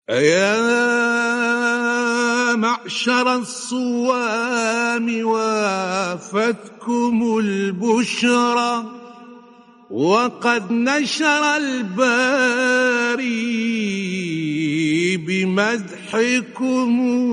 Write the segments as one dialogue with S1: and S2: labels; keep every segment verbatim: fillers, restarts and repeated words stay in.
S1: أيا معشر الصوام وافتكم البشرى وقد نشر الباري بمدحكم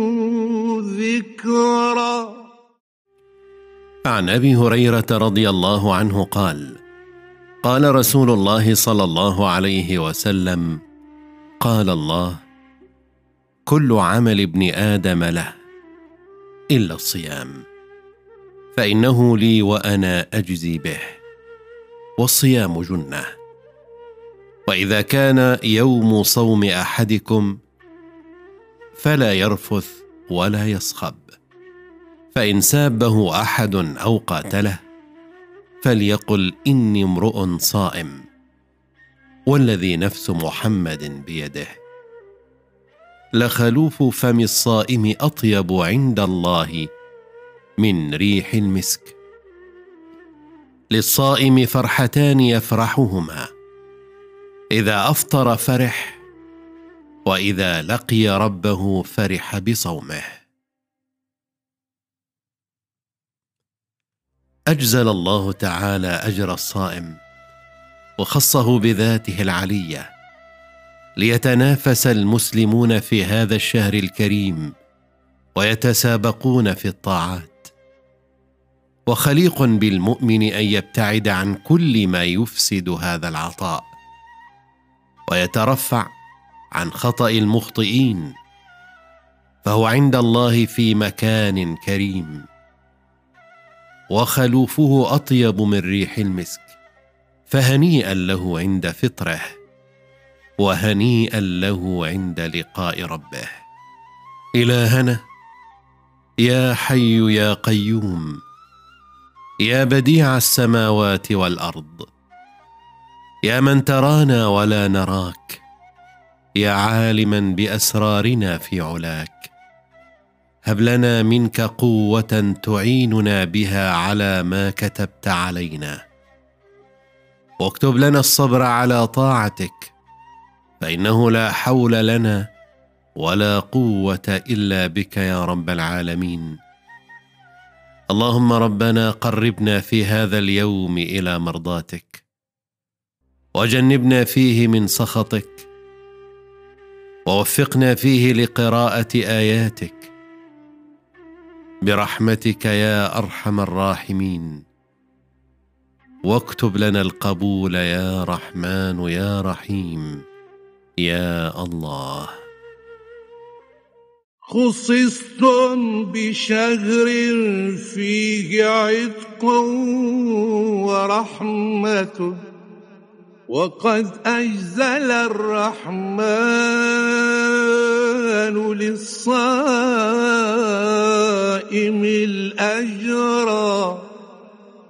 S1: ذكرى.
S2: عن أبي هريرة رضي الله عنه قال: قال رسول الله صلى الله عليه وسلم: قال الله: كل عمل ابن آدم له إلا الصيام، فإنه لي وأنا أجزي به، والصيام جنة. وإذا كان يوم صوم أحدكم فلا يرفث ولا يصخب، فإن سابه أحد أو قاتله فليقل إني امرؤ صائم، والذي نفس محمد بيده لخلوف فم الصائم أطيب عند الله من ريح المسك. للصائم فرحتان يفرحهما: إذا أفطر فرح، وإذا لقي ربه فرح بصومه. أجزل الله تعالى أجر الصائم وخصه بذاته العلية، ليتنافس المسلمون في هذا الشهر الكريم ويتسابقون في الطاعات. وخليق بالمؤمن أن يبتعد عن كل ما يفسد هذا العطاء، ويترفع عن خطأ المخطئين، فهو عند الله في مكان كريم، وخلوفه أطيب من ريح المسك، فهنيئا له عند فطره، وهنيئا له عند لقاء ربه. إلهنا يا حي يا قيوم، يا بديع السماوات والأرض، يا من ترانا ولا نراك، يا عالما بأسرارنا في علاك، هب لنا منك قوة تعيننا بها على ما كتبت علينا، واكتب لنا الصبر على طاعتك، فإنه لا حول لنا ولا قوة إلا بك يا رب العالمين. اللهم ربنا قربنا في هذا اليوم إلى مرضاتك، وجنبنا فيه من سخطك، ووفقنا فيه لقراءة آياتك برحمتك يا أرحم الراحمين، واكتب لنا القبول يا رحمن يا رحيم يا الله.
S1: خصصتم بشهر فيه عتق ورحمة، وقد أجزل الرحمن للصائم